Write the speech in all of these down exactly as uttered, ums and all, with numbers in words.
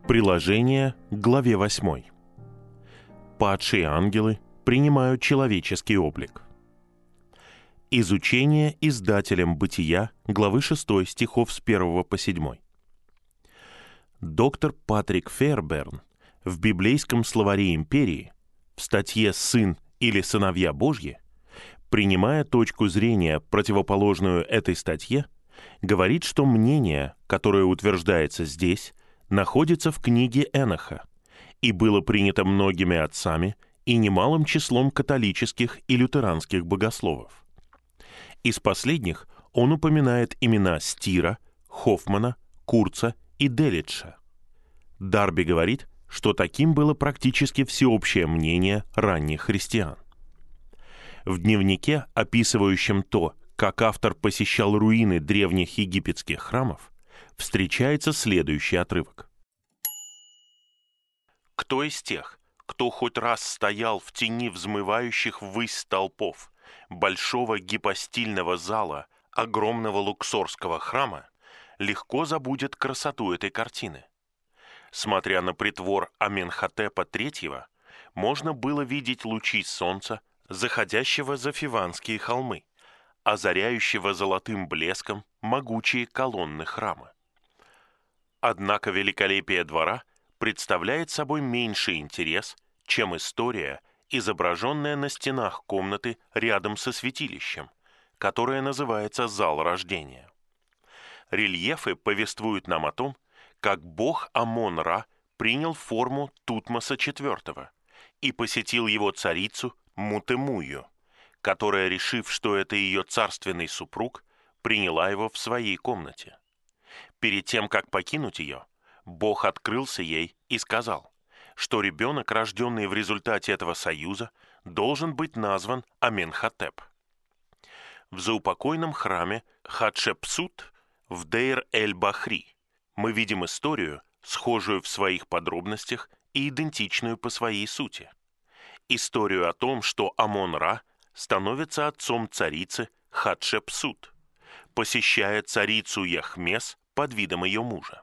Приложение к главе восьмой. Падшие ангелы принимают человеческий облик. Изучение издателем «Бытия» главы шестой стихов с первого по седьмой. Доктор Патрик Фейерберн в библейском словаре империи в статье «Сын или сыновья Божьи», принимая точку зрения, противоположную этой статье, говорит, что мнение, которое утверждается здесь, находится в книге Эноха и было принято многими отцами и немалым числом католических и лютеранских богословов. Из последних он упоминает имена Стира, Хоффмана, Курца и Делитша. Дарби говорит, что таким было практически всеобщее мнение ранних христиан. В дневнике, описывающем то, как автор посещал руины древних египетских храмов, встречается следующий отрывок. «Кто из тех, кто хоть раз стоял в тени взмывающих ввысь столпов большого гипостильного зала огромного луксорского храма, легко забудет красоту этой картины? Смотря на притвор Аменхотепа третьего, можно было видеть лучи солнца, заходящего за Фиванские холмы, озаряющего золотым блеском могучие колонны храма. Однако великолепие двора представляет собой меньший интерес, чем история, изображенная на стенах комнаты рядом со святилищем, которое называется «Зал рождения». Рельефы повествуют нам о том, как бог Амон-Ра принял форму Тутмоса четвёртого и посетил его царицу Мутемую, которая, решив, что это ее царственный супруг, приняла его в своей комнате. Перед тем, как покинуть ее, Бог открылся ей и сказал, что ребенок, рожденный в результате этого союза, должен быть назван Аменхотеп. В заупокойном храме Хатшепсут в Дейр-эль-Бахри мы видим историю, схожую в своих подробностях и идентичную по своей сути. Историю о том, что Амон-Ра становится отцом царицы Хатшепсут, посещая царицу Яхмес под видом ее мужа.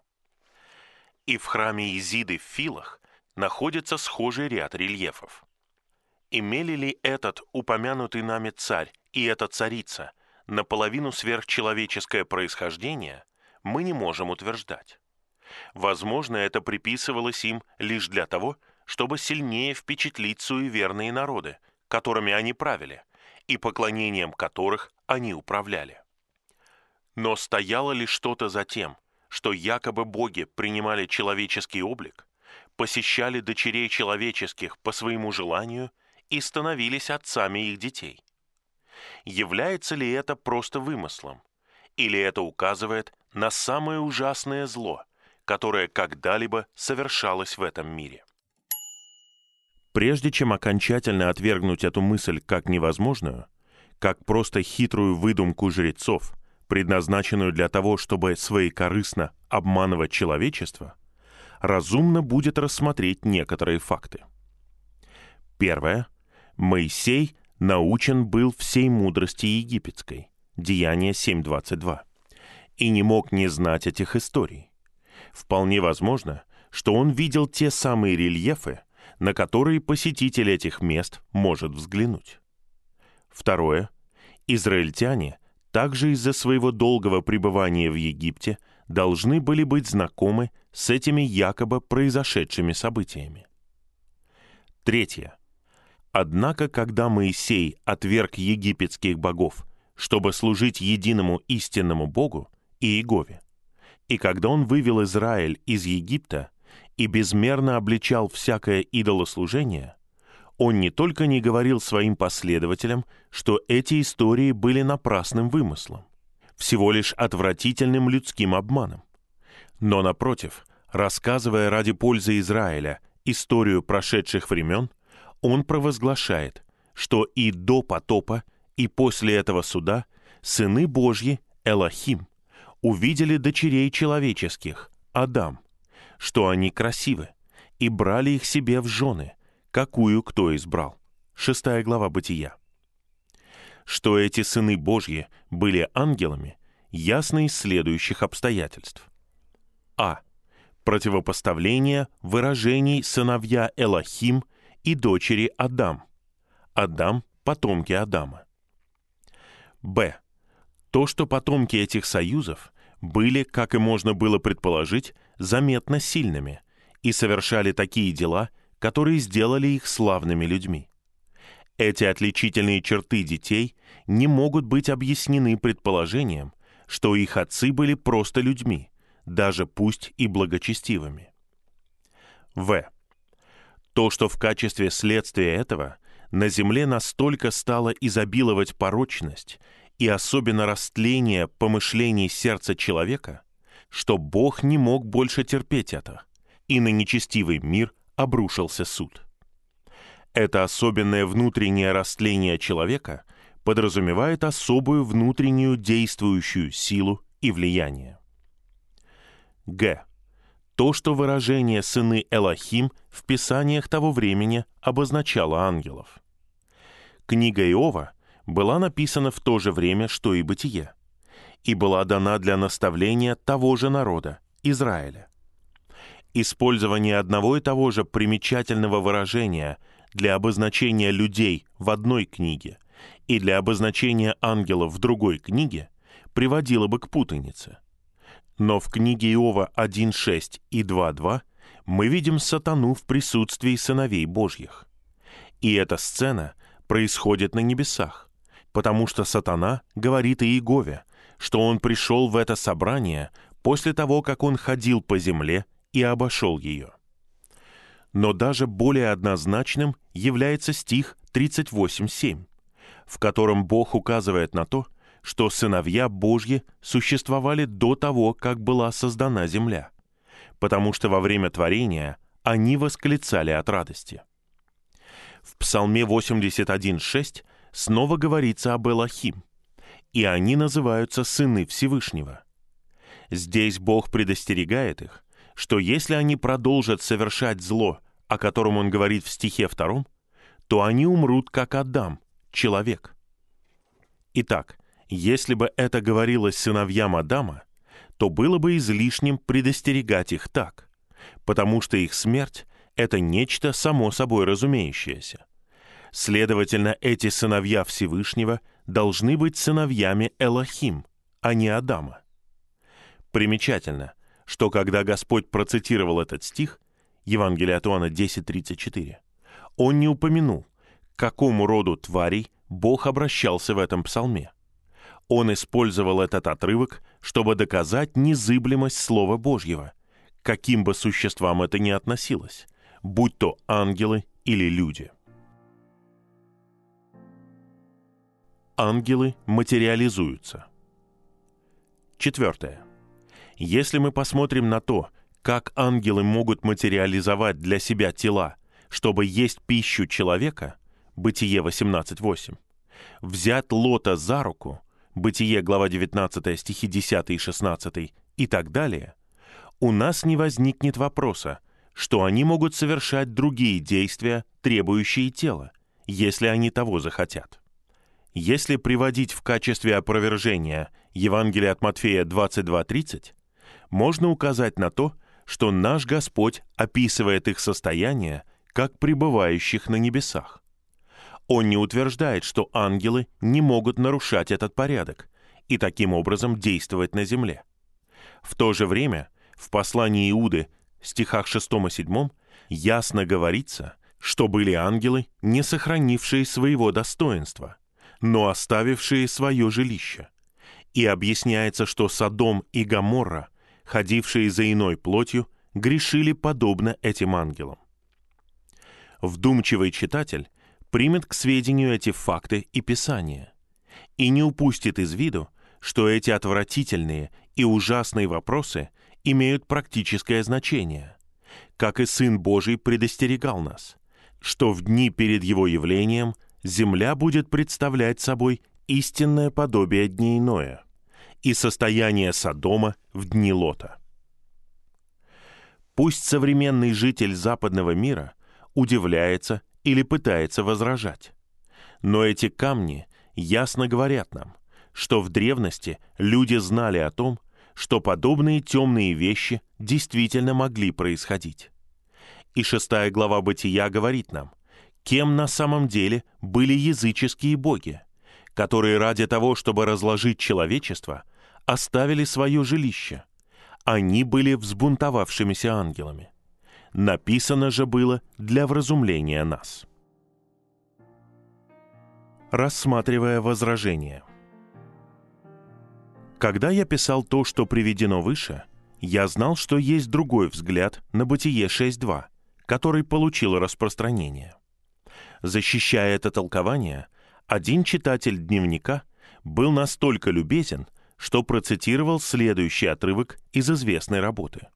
И в храме Изиды в Филах находится схожий ряд рельефов. Имели ли этот упомянутый нами царь и эта царица наполовину сверхчеловеческое происхождение, мы не можем утверждать. Возможно, это приписывалось им лишь для того, чтобы сильнее впечатлить суеверные народы, которыми они правили, и поклонением которых они управляли. Но стояло ли что-то за тем, что якобы боги принимали человеческий облик, посещали дочерей человеческих по своему желанию и становились отцами их детей? Является ли это просто вымыслом? Или это указывает на самое ужасное зло, которое когда-либо совершалось в этом мире? Прежде чем окончательно отвергнуть эту мысль как невозможную, как просто хитрую выдумку жрецов, предназначенную для того, чтобы своекорыстно обманывать человечество, разумно будет рассмотреть некоторые факты. Первое. Моисей научен был всей мудрости египетской, Деяния семь двадцать два, и не мог не знать этих историй. Вполне возможно, что он видел те самые рельефы, на которые посетитель этих мест может взглянуть. Второе. Израильтяне также из-за своего долгого пребывания в Египте должны были быть знакомы с этими якобы произошедшими событиями. Третье. Однако, когда Моисей отверг египетских богов, чтобы служить единому истинному Богу, Иегове, и когда он вывел Израиль из Египта и безмерно обличал всякое идолослужение, он не только не говорил своим последователям, что эти истории были напрасным вымыслом, всего лишь отвратительным людским обманом, но, напротив, рассказывая ради пользы Израиля историю прошедших времен, он провозглашает, что и до потопа, и после этого суда сыны Божьи, Элохим, увидели дочерей человеческих, Адам, что они красивы, и брали их себе в жены, какую кто избрал. Шестая глава Бытия. Что эти сыны Божьи были ангелами, ясно из следующих обстоятельств. А. противопоставление выражений «сыновья Элохим» и «дочери Адам». Адам – потомки Адама. Б. То, что потомки этих союзов были, как и можно было предположить, заметно сильными и совершали такие дела, которые сделали их славными людьми. Эти отличительные черты детей не могут быть объяснены предположением, что их отцы были просто людьми, даже пусть и благочестивыми. В. То, что в качестве следствия этого на земле настолько стала изобиловать порочность и особенно растление помышлений сердца человека, что Бог не мог больше терпеть это, и на нечестивый мир обрушился суд. Это особенное внутреннее растление человека подразумевает особую внутреннюю действующую силу и влияние. Г. То, что выражение «сыны Элохим» в писаниях того времени обозначало ангелов. Книга Иова была написана в то же время, что и Бытие, и была дана для наставления того же народа, Израиля. Использование одного и того же примечательного выражения для обозначения людей в одной книге и для обозначения ангелов в другой книге приводило бы к путанице. Но в книге Иова один шесть и два два мы видим сатану в присутствии сыновей Божьих. И эта сцена происходит на небесах, потому что сатана говорит о Иегове, что он пришел в это собрание после того, как он ходил по земле и обошел ее. Но даже более однозначным является стих тридцать восемь семь, в котором Бог указывает на то, что сыновья Божьи существовали до того, как была создана земля, потому что во время творения они восклицали от радости. В Псалме восемьдесят один шесть снова говорится об Элохим, и они называются сыны Всевышнего. Здесь Бог предостерегает их, что если они продолжат совершать зло, о котором он говорит в стихе втором, то они умрут, как Адам, человек. Итак, если бы это говорилось сыновьям Адама, то было бы излишним предостерегать их так, потому что их смерть — это нечто само собой разумеющееся. Следовательно, эти сыновья Всевышнего должны быть сыновьями Элохим, а не Адама. Примечательно, что когда Господь процитировал этот стих, Евангелие от Иоанна десять тридцать четыре, Он не упомянул, к какому роду тварей Бог обращался в этом псалме. Он использовал этот отрывок, чтобы доказать незыблемость Слова Божьего, к каким бы существам это ни относилось, будь то ангелы или люди. Ангелы материализуются. Четвертое. Если мы посмотрим на то, как ангелы могут материализовать для себя тела, чтобы есть пищу человека, Бытие восемнадцать восемь, взять Лота за руку, Бытие, глава девятнадцать, стихи десять и шестнадцать и так далее, у нас не возникнет вопроса, что они могут совершать другие действия, требующие тела, если они того захотят. Если приводить в качестве опровержения Евангелие от Матфея двадцать два тридцать, можно указать на то, что наш Господь описывает их состояние как пребывающих на небесах. Он не утверждает, что ангелы не могут нарушать этот порядок и таким образом действовать на земле. В то же время в послании Иуды, стихах шестом и седьмом, ясно говорится, что были ангелы, не сохранившие своего достоинства, но оставившие свое жилище. И объясняется, что Содом и Гоморра, ходившие за иной плотью, грешили подобно этим ангелам. Вдумчивый читатель примет к сведению эти факты и Писания и не упустит из виду, что эти отвратительные и ужасные вопросы имеют практическое значение, как и Сын Божий предостерегал нас, что в дни перед Его явлением земля будет представлять собой истинное подобие дней Ноя и состояние Содома в дни Лота. Пусть современный житель западного мира удивляется или пытается возражать, но эти камни ясно говорят нам, что в древности люди знали о том, что подобные темные вещи действительно могли происходить. И шестая глава Бытия говорит нам, кем на самом деле были языческие боги, которые ради того, чтобы разложить человечество, оставили свое жилище. Они были взбунтовавшимися ангелами. Написано же было для вразумления нас. Рассматривая возражения. Когда я писал то, что приведено выше, я знал, что есть другой взгляд на Бытие шесть два, который получил распространение. Защищая это толкование, один читатель дневника был настолько любезен, что процитировал следующий отрывок из известной работы.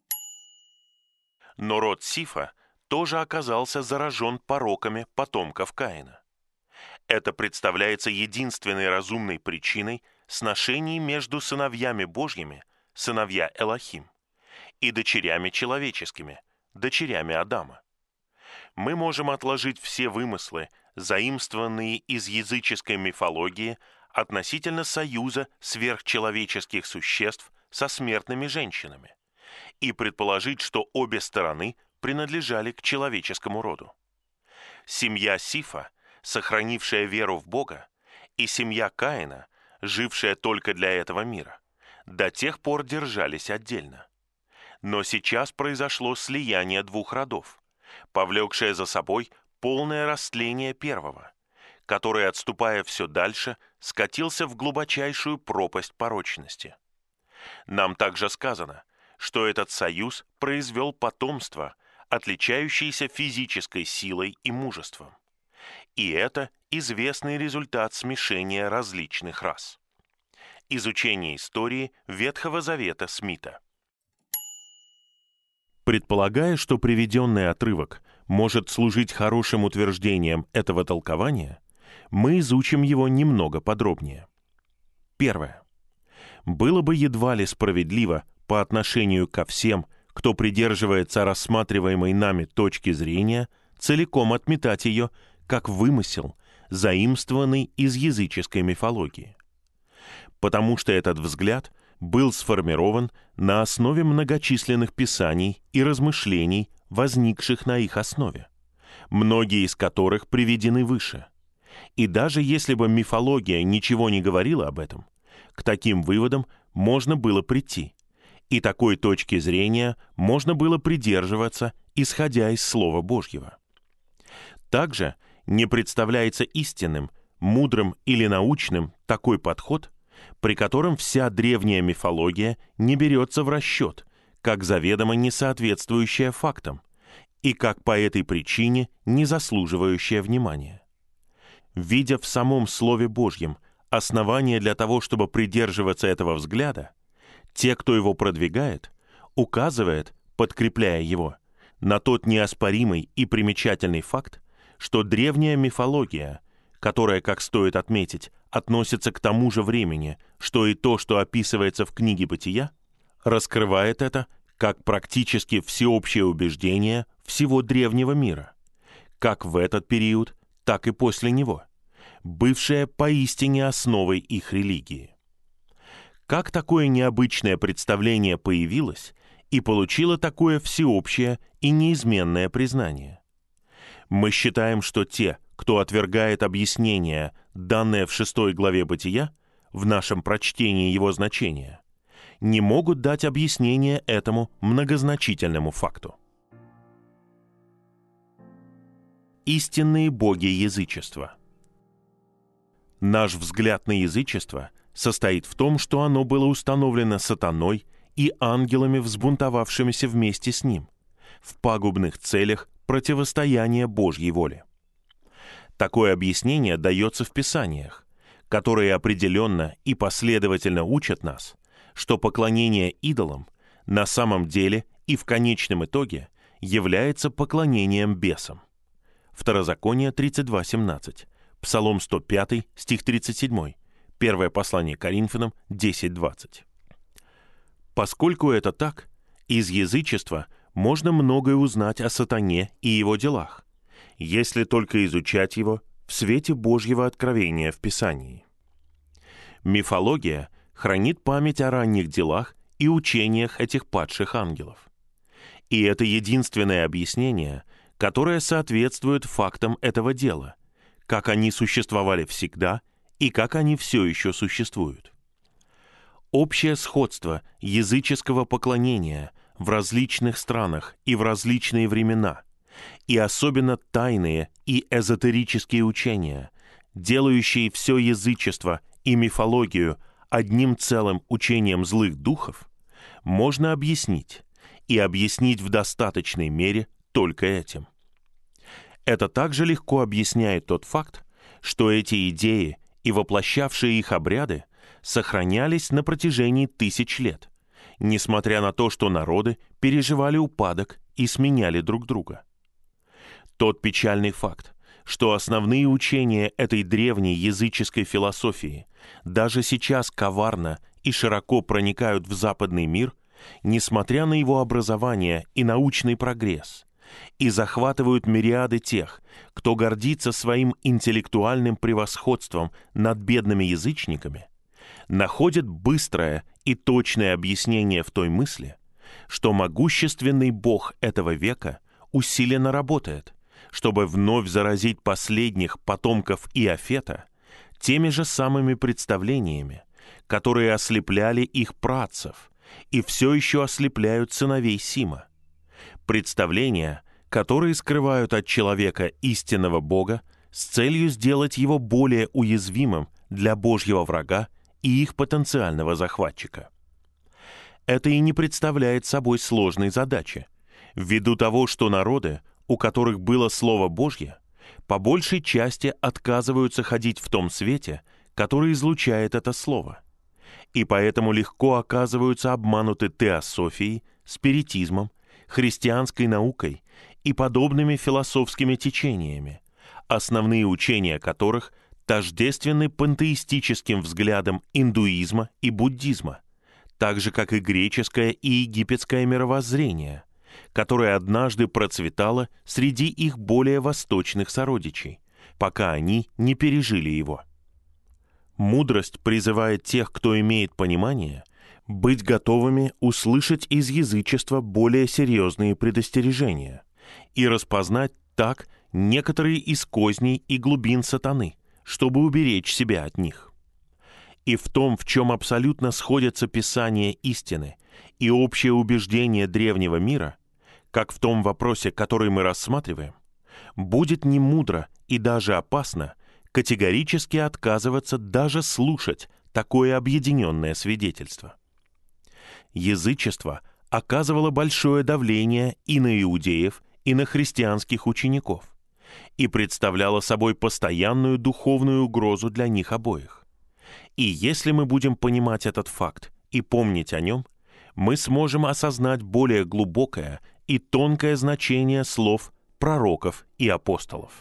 Но род Сифа тоже оказался заражен пороками потомков Каина. Это представляется единственной разумной причиной сношений между сыновьями Божьими, сыновья Элохим, и дочерями человеческими, дочерями Адама. Мы можем отложить все вымыслы, заимствованные из языческой мифологии относительно союза сверхчеловеческих существ со смертными женщинами, и предположить, что обе стороны принадлежали к человеческому роду. Семья Сифа, сохранившая веру в Бога, и семья Каина, жившая только для этого мира, до тех пор держались отдельно. Но сейчас произошло слияние двух родов, повлекшее за собой полное растление первого, который, отступая все дальше, скатился в глубочайшую пропасть порочности. Нам также сказано, что этот союз произвел потомство, отличающееся физической силой и мужеством. И это известный результат смешения различных рас. Изучение истории Ветхого Завета Смита. Предполагая, что приведенный отрывок может служить хорошим утверждением этого толкования, мы изучим его немного подробнее. Первое. Было бы едва ли справедливо по отношению ко всем, кто придерживается рассматриваемой нами точки зрения, целиком отметать ее как вымысел, заимствованный из языческой мифологии. Потому что этот взгляд был сформирован на основе многочисленных писаний и размышлений, возникших на их основе, многие из которых приведены выше. И даже если бы мифология ничего не говорила об этом, к таким выводам можно было прийти, и такой точки зрения можно было придерживаться, исходя из Слова Божьего. Также не представляется истинным, мудрым или научным такой подход, при котором вся древняя мифология не берется в расчет, как заведомо не соответствующая фактам, и как по этой причине не заслуживающая внимания. Видя в самом Слове Божьем основания для того, чтобы придерживаться этого взгляда, те, кто его продвигает, указывает, подкрепляя его, на тот неоспоримый и примечательный факт, что древняя мифология, которая, как стоит отметить, относится к тому же времени, что и то, что описывается в книге Бытия, раскрывает это как практически всеобщее убеждение всего древнего мира, как в этот период, так и после него, бывшее поистине основой их религии. Как такое необычное представление появилось и получило такое всеобщее и неизменное признание? Мы считаем, что те, кто отвергает объяснение, данное в шестой главе Бытия, в нашем прочтении его значения, не могут дать объяснение этому многозначительному факту. Истинные боги язычества. Наш взгляд на язычество состоит в том, что оно было установлено сатаной и ангелами, взбунтовавшимися вместе с ним, в пагубных целях противостояния Божьей воле. Такое объяснение дается в Писаниях, которые определенно и последовательно учат нас, что поклонение идолам на самом деле и в конечном итоге является поклонением бесам. Второзаконие тридцать два семнадцать, Псалом сто пять, стих тридцать семь, Первое послание Коринфянам десять двадцать. Поскольку это так, из язычества можно многое узнать о сатане и его делах, если только изучать его в свете Божьего откровения в Писании. Мифология, хранит память о ранних делах и учениях этих падших ангелов. И это единственное объяснение, которое соответствует фактам этого дела, как они существовали всегда и как они все еще существуют. Общее сходство языческого поклонения в различных странах и в различные времена, и особенно тайные и эзотерические учения, делающие все язычество и мифологию одним целым учением злых духов, можно объяснить, и объяснить в достаточной мере только этим. Это также легко объясняет тот факт, что эти идеи и воплощавшие их обряды сохранялись на протяжении тысяч лет, несмотря на то, что народы переживали упадок и сменяли друг друга. Тот печальный факт, что основные учения этой древней языческой философии даже сейчас коварно и широко проникают в западный мир, несмотря на его образование и научный прогресс, и захватывают мириады тех, кто гордится своим интеллектуальным превосходством над бедными язычниками, находят быстрое и точное объяснение в той мысли, что могущественный Бог этого века усиленно работает, чтобы вновь заразить последних потомков Иофета теми же самыми представлениями, которые ослепляли их праотцев и все еще ослепляют сыновей Сима. Представления, которые скрывают от человека истинного Бога с целью сделать его более уязвимым для Божьего врага и их потенциального захватчика. Это и не представляет собой сложной задачи, ввиду того, что народы, у которых было Слово Божье, по большей части отказываются ходить в том свете, который излучает это Слово, и поэтому легко оказываются обмануты теософией, спиритизмом, христианской наукой и подобными философскими течениями, основные учения которых тождественны пантеистическим взглядам индуизма и буддизма, так же, как и греческое и египетское мировоззрение, которое однажды процветало среди их более восточных сородичей, пока они не пережили его. Мудрость призывает тех, кто имеет понимание, быть готовыми услышать из язычества более серьезные предостережения и распознать так некоторые из козней и глубин сатаны, чтобы уберечь себя от них. И в том, в чем абсолютно сходятся Писания истины и общее убеждение древнего мира, как в том вопросе, который мы рассматриваем, будет немудро и даже опасно категорически отказываться даже слушать такое объединенное свидетельство. Язычество оказывало большое давление и на иудеев, и на христианских учеников, и представляло собой постоянную духовную угрозу для них обоих. И если мы будем понимать этот факт и помнить о нем, мы сможем осознать более глубокое и тонкое значение слов пророков и апостолов.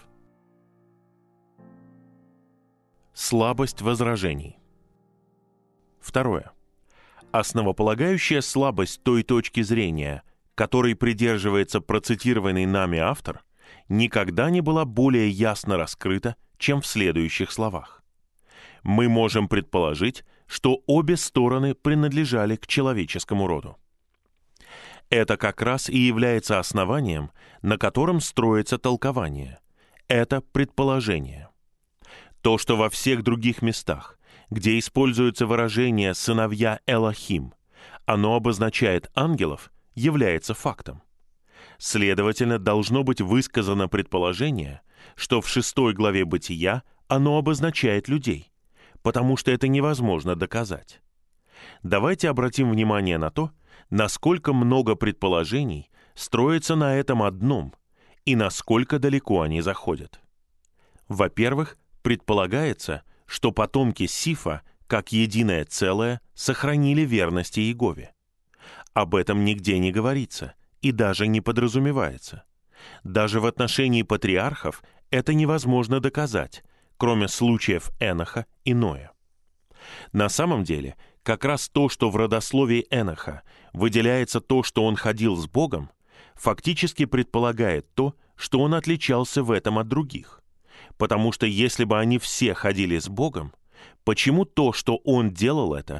Слабость возражений. Второе. Основополагающая слабость той точки зрения, которой придерживается процитированный нами автор, никогда не была более ясно раскрыта, чем в следующих словах. Мы можем предположить, что обе стороны принадлежали к человеческому роду. Это как раз и является основанием, на котором строится толкование. Это предположение. То, что во всех других местах, где используется выражение «сыновья Элохим», оно обозначает ангелов, является фактом. Следовательно, должно быть высказано предположение, что в шестой главе Бытия оно обозначает людей, потому что это невозможно доказать. Давайте обратим внимание на то, насколько много предположений строится на этом одном и насколько далеко они заходят. Во-первых, предполагается, что потомки Сифа, как единое целое, сохранили верность Иегове. Об этом нигде не говорится и даже не подразумевается. Даже в отношении патриархов это невозможно доказать, кроме случаев Эноха и Ноя. На самом деле, как раз то, что в родословии Эноха выделяется то, что он ходил с Богом, фактически предполагает то, что он отличался в этом от других. Потому что если бы они все ходили с Богом, почему то, что он делал это,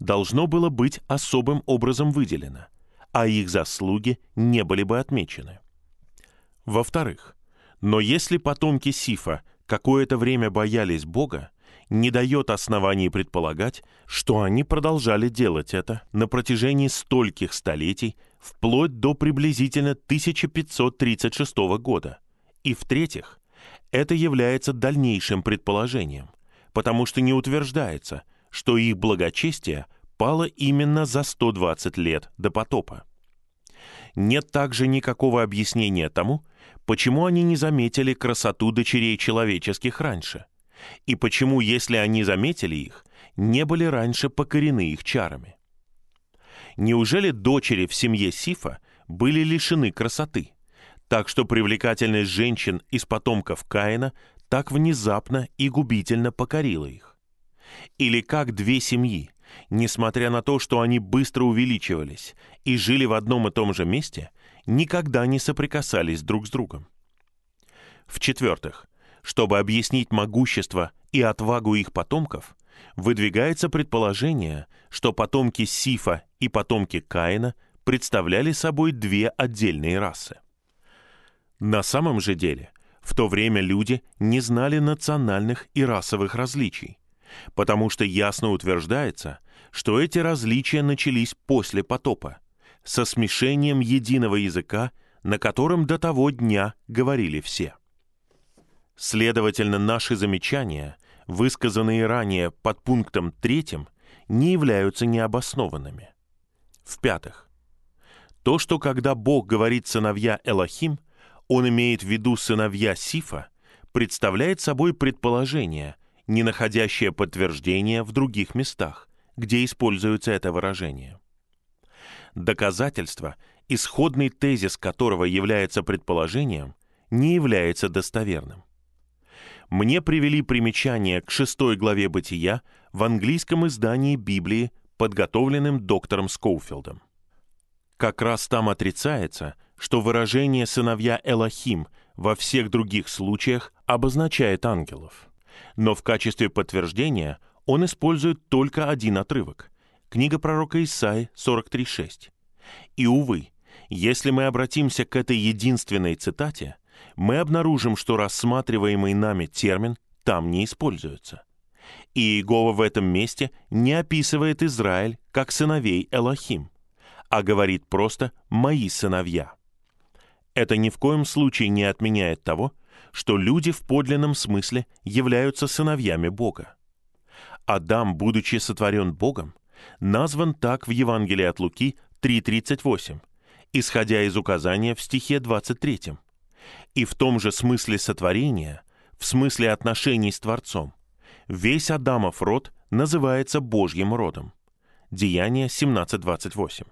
должно было быть особым образом выделено, а их заслуги не были бы отмечены. Во-вторых, но если потомки Сифа какое-то время боялись Бога, не дает оснований предполагать, что они продолжали делать это на протяжении стольких столетий, вплоть до приблизительно тысяча пятьсот тридцать шестого года. И в-третьих, это является дальнейшим предположением, потому что не утверждается, что их благочестие пало именно за сто двадцать лет до потопа. Нет также никакого объяснения тому, почему они не заметили красоту дочерей человеческих раньше, и почему, если они заметили их, не были раньше покорены их чарами. Неужели дочери в семье Сифа были лишены красоты, так что привлекательность женщин из потомков Каина так внезапно и губительно покорила их? Или как две семьи, несмотря на то, что они быстро увеличивались и жили в одном и том же месте, никогда не соприкасались друг с другом? В-четвертых, чтобы объяснить могущество и отвагу их потомков, выдвигается предположение, что потомки Сифа и потомки Каина представляли собой две отдельные расы. На самом же деле, в то время люди не знали национальных и расовых различий, потому что ясно утверждается, что эти различия начались после потопа, со смешением единого языка, на котором до того дня говорили все. Следовательно, наши замечания, высказанные ранее под пунктом третьим, не являются необоснованными. В-пятых, то, что когда Бог говорит «сыновья Элохим», Он имеет в виду сыновья Сифа, представляет собой предположение, не находящее подтверждения в других местах, где используется это выражение. Доказательство, исходный тезис которого является предположением, не является достоверным. Мне привели примечание к шестой главе Бытия в английском издании Библии, подготовленным доктором Скоуфилдом. Как раз там отрицается, что выражение «сыновья Элохим» во всех других случаях обозначает ангелов. Но в качестве подтверждения он использует только один отрывок – книга пророка Исаии сорок три шесть. И, увы, если мы обратимся к этой единственной цитате, мы обнаружим, что рассматриваемый нами термин там не используется. И Иегова в этом месте не описывает Израиль как сыновей Элохим, а говорит просто «мои сыновья». Это ни в коем случае не отменяет того, что люди в подлинном смысле являются сыновьями Бога. Адам, будучи сотворен Богом, назван так в Евангелии от Луки три тридцать восемь, исходя из указания в стихе двадцать третьем. И в том же смысле сотворения, в смысле отношений с Творцом, весь Адамов род называется Божьим родом. Деяния семнадцать двадцать восемь.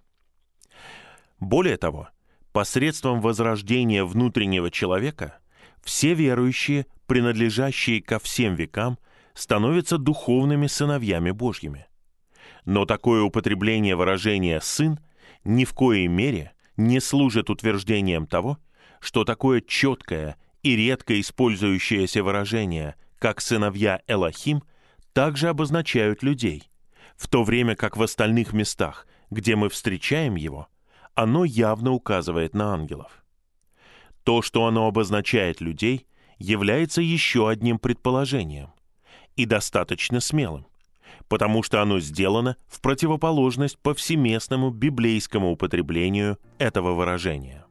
Более того, посредством возрождения внутреннего человека все верующие, принадлежащие ко всем векам, становятся духовными сыновьями Божьими. Но такое употребление выражения «сын» ни в коей мере не служит утверждением того, что такое четкое и редко использующееся выражение, как «сыновья Элохим», также обозначают людей, в то время как в остальных местах, где мы встречаем его, оно явно указывает на ангелов. То, что оно обозначает людей, является еще одним предположением, и достаточно смелым, потому что оно сделано в противоположность повсеместному библейскому употреблению этого выражения.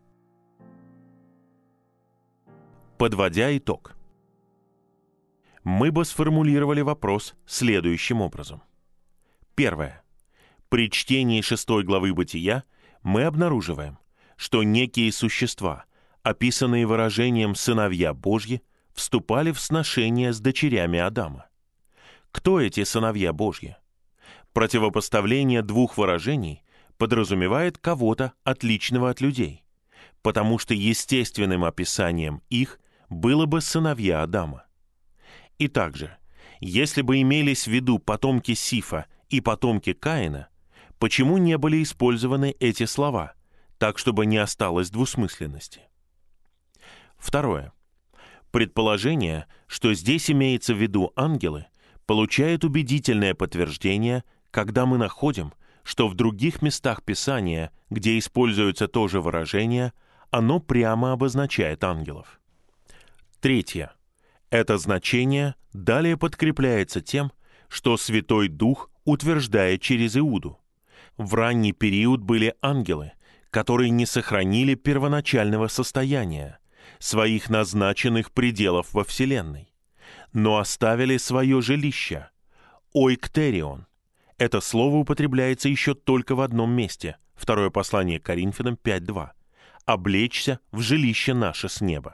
Подводя итог, мы бы сформулировали вопрос следующим образом. Первое. При чтении шестой главы Бытия мы обнаруживаем, что некие существа, описанные выражением «сыновья Божьи», вступали в сношение с дочерями Адама. Кто эти сыновья Божьи? Противопоставление двух выражений подразумевает кого-то отличного от людей, потому что естественным описанием их было бы сыновья Адама. И также, если бы имелись в виду потомки Сифа и потомки Каина, почему не были использованы эти слова, так чтобы не осталось двусмысленности? Второе. Предположение, что здесь имеется в виду ангелы, получает убедительное подтверждение, когда мы находим, что в других местах Писания, где используется то же выражение, оно прямо обозначает ангелов. Третье. Это значение далее подкрепляется тем, что Святой Дух утверждает через Иуду. В ранний период были ангелы, которые не сохранили первоначального состояния, своих назначенных пределов во Вселенной, но оставили свое жилище – ойктерион. Это слово употребляется еще только в одном месте, второе послание к Коринфянам пять два, «облечься в жилище наше с неба».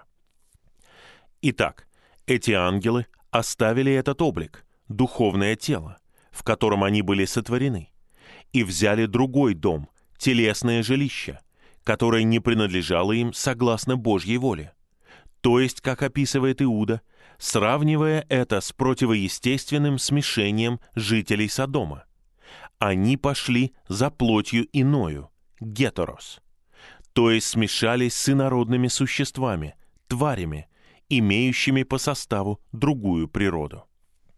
Итак, эти ангелы оставили этот облик, духовное тело, в котором они были сотворены, и взяли другой дом, телесное жилище, которое не принадлежало им согласно Божьей воле, то есть, как описывает Иуда, сравнивая это с противоестественным смешением жителей Содома. Они пошли за плотью иною, гетерос, то есть смешались с инородными существами, тварями, имеющими по составу другую природу.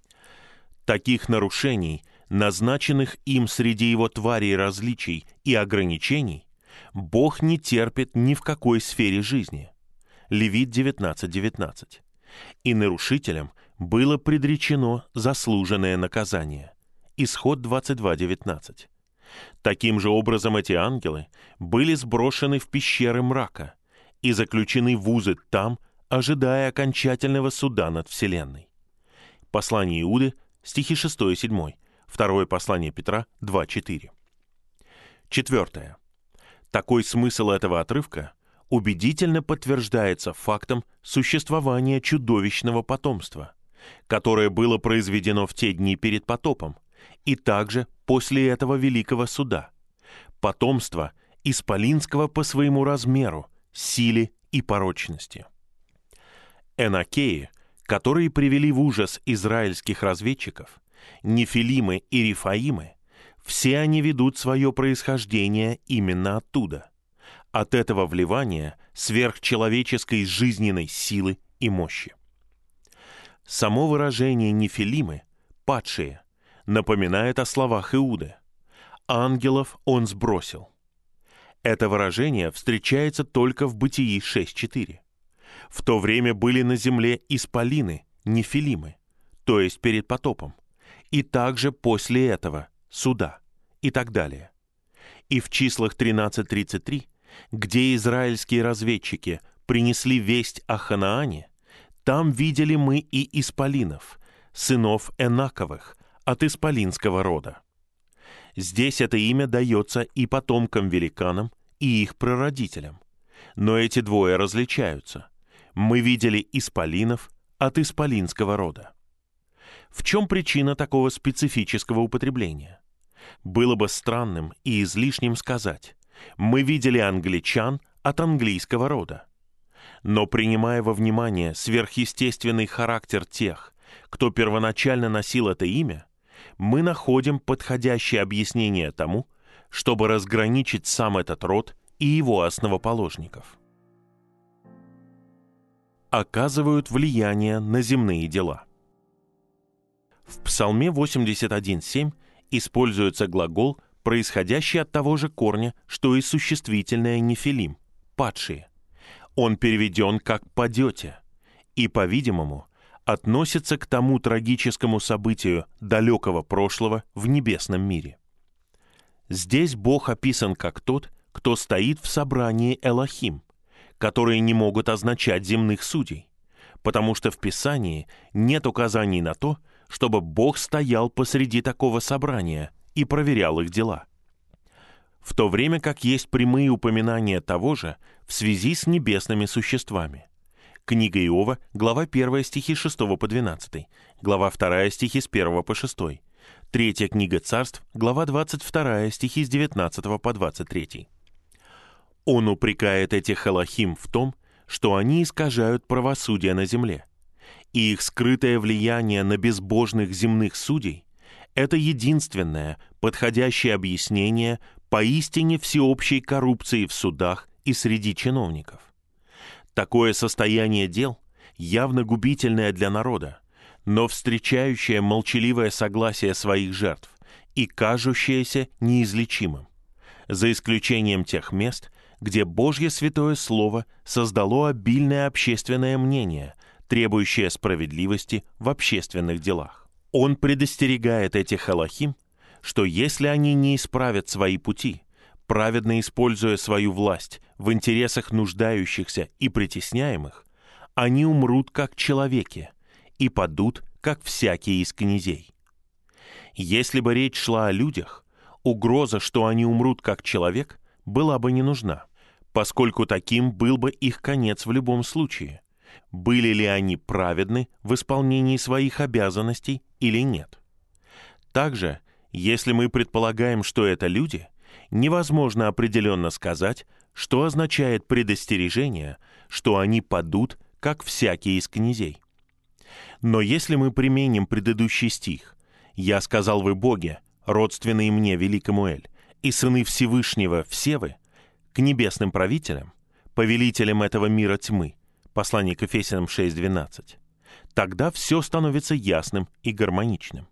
Таких нарушений, назначенных им среди его тварей различий и ограничений, Бог не терпит ни в какой сфере жизни. Левит девятнадцать девятнадцать. И нарушителям было предречено заслуженное наказание. Исход двадцать два девятнадцать. Таким же образом эти ангелы были сброшены в пещеры мрака и заключены в узы там, ожидая окончательного суда над Вселенной. Послание Иуды, стихи шесть и семь, второе послание Петра два четыре. Четвертое. Такой смысл этого отрывка убедительно подтверждается фактом существования чудовищного потомства, которое было произведено в те дни перед потопом, и также после этого великого суда. Потомство исполинского по своему размеру, силе и порочности. Энакеи, которые привели в ужас израильских разведчиков, нефилимы и рифаимы, все они ведут свое происхождение именно оттуда, от этого вливания сверхчеловеческой жизненной силы и мощи. Само выражение «нефилимы» — «падшие» напоминает о словах Иуды. «Ангелов он сбросил». Это выражение встречается только в Бытии шесть четыре. В то время были на земле исполины, нефилимы, то есть перед потопом, и также после этого суда и так далее. И в числах тринадцать тридцать три, где израильские разведчики принесли весть о Ханаане, там видели мы и исполинов, сынов Энаковых, от исполинского рода. Здесь это имя дается и потомкам-великанам, и их прародителям. Но эти двое различаются. Мы видели исполинов от исполинского рода. В чем причина такого специфического употребления? Было бы странным и излишним сказать: мы видели англичан от английского рода. Но принимая во внимание сверхъестественный характер тех, кто первоначально носил это имя, мы находим подходящее объяснение тому, чтобы разграничить сам этот род и его основоположников. Оказывают влияние на земные дела. В Псалме восемьдесят один семь используется глагол, происходящий от того же корня, что и существительное нефилим – падшие. Он переведен как «падете» и, по-видимому, относится к тому трагическому событию далекого прошлого в небесном мире. Здесь Бог описан как тот, кто стоит в собрании Элохим, которые не могут означать земных судей, потому что в Писании нет указаний на то, чтобы Бог стоял посреди такого собрания и проверял их дела. В то время как есть прямые упоминания того же в связи с небесными существами. Книга Иова, глава первая, стихи с шестого по двенадцатый, глава вторая, стихи с первого по шестой, третья книга Царств, глава двадцать вторая, стихи с девятнадцатого по двадцать третий. Он упрекает этих Элохим в том, что они искажают правосудие на земле, и их скрытое влияние на безбожных земных судей — это единственное подходящее объяснение поистине всеобщей коррупции в судах и среди чиновников. Такое состояние дел явно губительное для народа, но встречающее молчаливое согласие своих жертв и кажущееся неизлечимым, за исключением тех мест, где Божье Святое Слово создало обильное общественное мнение, требующее справедливости в общественных делах. Он предостерегает этих элохим, что если они не исправят свои пути, праведно используя свою власть в интересах нуждающихся и притесняемых, они умрут как человеки и падут, как всякий из князей. Если бы речь шла о людях, угроза, что они умрут как человек, была бы не нужна, поскольку таким был бы их конец в любом случае. Были ли они праведны в исполнении своих обязанностей или нет? Также, если мы предполагаем, что это люди, невозможно определенно сказать, что означает предостережение, что они падут, как всякий из князей. Но если мы применим предыдущий стих «Я сказал вы боги, родственные мне, великому Эль, и сыны Всевышнего все вы, к небесным правителям, повелителям этого мира тьмы», послание к Ефесянам шесть двенадцать, тогда все становится ясным и гармоничным.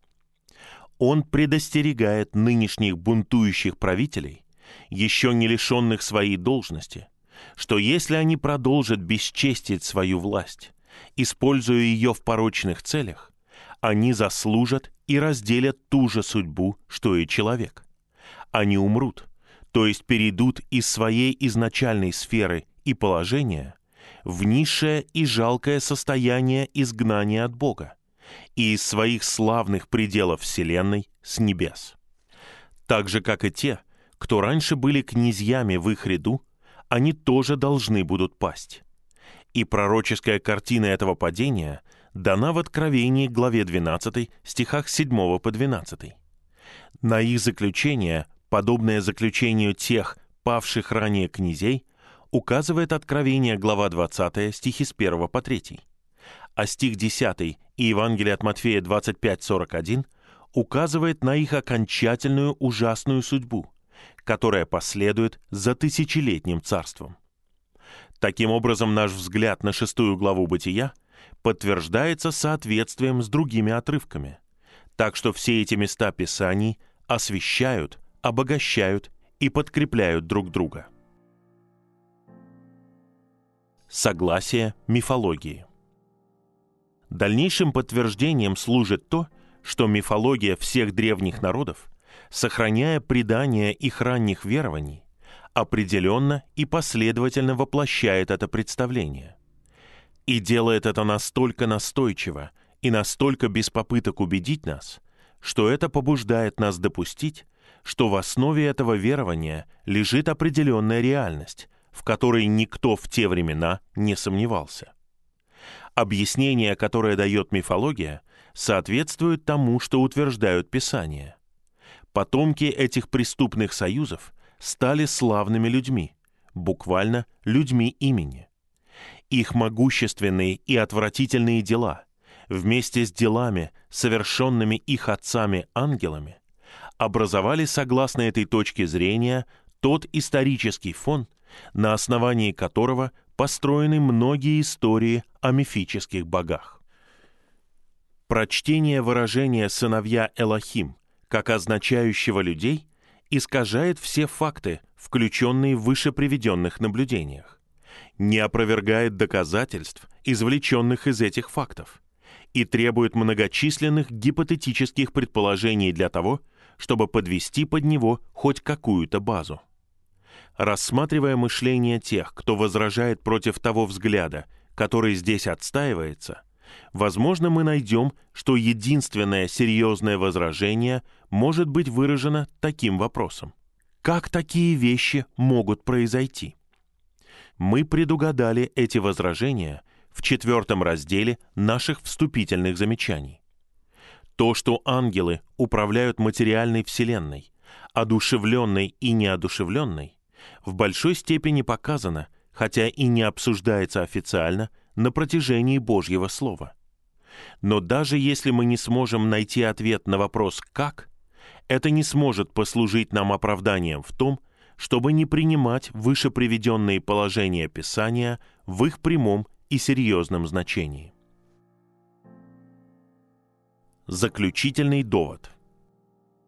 Он предостерегает нынешних бунтующих правителей, еще не лишенных своей должности, что если они продолжат бесчестить свою власть, используя ее в порочных целях, они заслужат и разделят ту же судьбу, что и человек. Они умрут, то есть перейдут из своей изначальной сферы и положения в низшее и жалкое состояние изгнания от Бога и из своих славных пределов вселенной с небес. Так же, как и те, кто раньше были князьями в их ряду, они тоже должны будут пасть. И пророческая картина этого падения дана в Откровении, главе двенадцатой, стихах с седьмого по двенадцатый. На их заключение, подобное заключению тех, павших ранее князей, указывает Откровение, глава двадцатая, стихи с первого по третий. А стих десятый и Евангелие от Матфея двадцать пять сорок один указывает на их окончательную ужасную судьбу, которая последует за тысячелетним царством. Таким образом, наш взгляд на шестую главу Бытия подтверждается соответствием с другими отрывками, так что все эти места Писаний освещают, обогащают и подкрепляют друг друга. Согласие мифологии. Дальнейшим подтверждением служит то, что мифология всех древних народов, сохраняя предания их ранних верований, определенно и последовательно воплощает это представление. И делает это настолько настойчиво и настолько без попыток убедить нас, что это побуждает нас допустить, что в основе этого верования лежит определенная реальность, в которой никто в те времена не сомневался. Объяснение, которое дает мифология, соответствует тому, что утверждают Писания. Потомки этих преступных союзов стали славными людьми, буквально людьми имени. Их могущественные и отвратительные дела, вместе с делами, совершенными их отцами-ангелами, образовали, согласно этой точке зрения, тот исторический фон, на основании которого построены многие истории о мифических богах. Прочтение выражения «сыновья Элохим» как означающего людей искажает все факты, включенные в выше приведенных наблюдениях, не опровергает доказательств, извлеченных из этих фактов, и требует многочисленных гипотетических предположений для того, чтобы подвести под него хоть какую-то базу. Рассматривая мышление тех, кто возражает против того взгляда, который здесь отстаивается, возможно, мы найдем, что единственное серьезное возражение может быть выражено таким вопросом: как такие вещи могут произойти? Мы предугадали эти возражения в четвертом разделе наших вступительных замечаний. То, что ангелы управляют материальной вселенной, одушевленной и неодушевленной, в большой степени показано, хотя и не обсуждается официально, на протяжении Божьего Слова. Но даже если мы не сможем найти ответ на вопрос «как?», это не сможет послужить нам оправданием в том, чтобы не принимать выше приведенные положения Писания в их прямом и серьезном значении. Заключительный довод.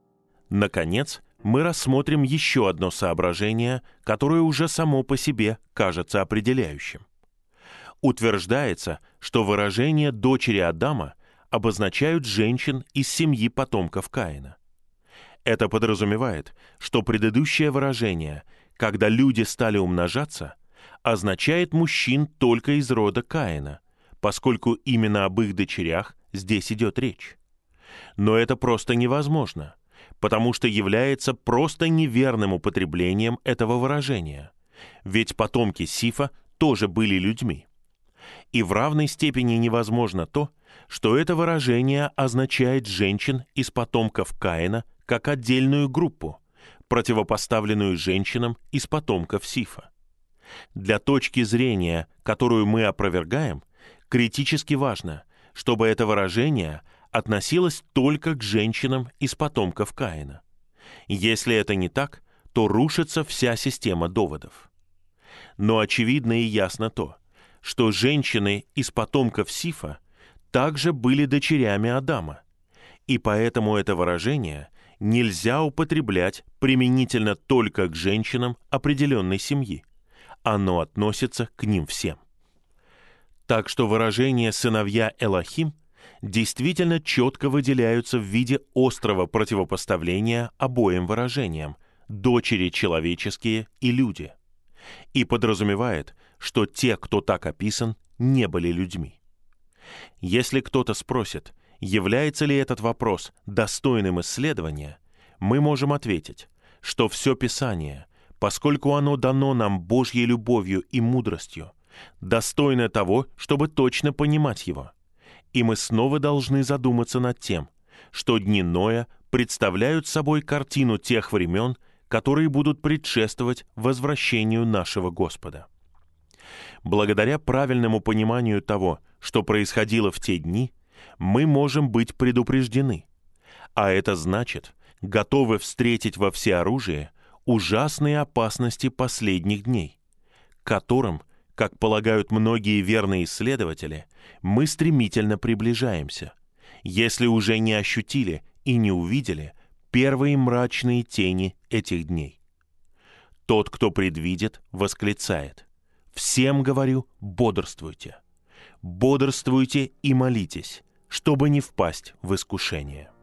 Наконец, мы рассмотрим еще одно соображение, которое уже само по себе кажется определяющим. Утверждается, что выражение «дочери Адама» обозначают женщин из семьи потомков Каина. Это подразумевает, что предыдущее выражение «когда люди стали умножаться» означает мужчин только из рода Каина, поскольку именно об их дочерях здесь идет речь. Но это просто невозможно, потому что является просто неверным употреблением этого выражения, ведь потомки Сифа тоже были людьми. И в равной степени невозможно то, что это выражение означает женщин из потомков Каина как отдельную группу, противопоставленную женщинам из потомков Сифа. Для точки зрения, которую мы опровергаем, критически важно, чтобы это выражение относилось только к женщинам из потомков Каина. Если это не так, то рушится вся система доводов. Но очевидно и ясно то, что женщины из потомков Сифа также были дочерями Адама, и поэтому это выражение нельзя употреблять применительно только к женщинам определенной семьи. Оно относится к ним всем. Так что выражение «сыновья Элохим» действительно четко выделяются в виде острого противопоставления обоим выражениям «дочери человеческие» и «люди», и подразумевает, что те, кто так описан, не были людьми. Если кто-то спросит, является ли этот вопрос достойным исследования, мы можем ответить, что все Писание, поскольку оно дано нам Божьей любовью и мудростью, достойно того, чтобы точно понимать его. И мы снова должны задуматься над тем, что дни Ноя представляют собой картину тех времен, которые будут предшествовать возвращению нашего Господа. Благодаря правильному пониманию того, что происходило в те дни, мы можем быть предупреждены. А это значит, готовы встретить во всеоружии ужасные опасности последних дней, к которым, как полагают многие верные исследователи, мы стремительно приближаемся, если уже не ощутили и не увидели первые мрачные тени этих дней. Тот, кто предвидит, восклицает: «Всем говорю, бодрствуйте, бодрствуйте и молитесь, чтобы не впасть в искушение».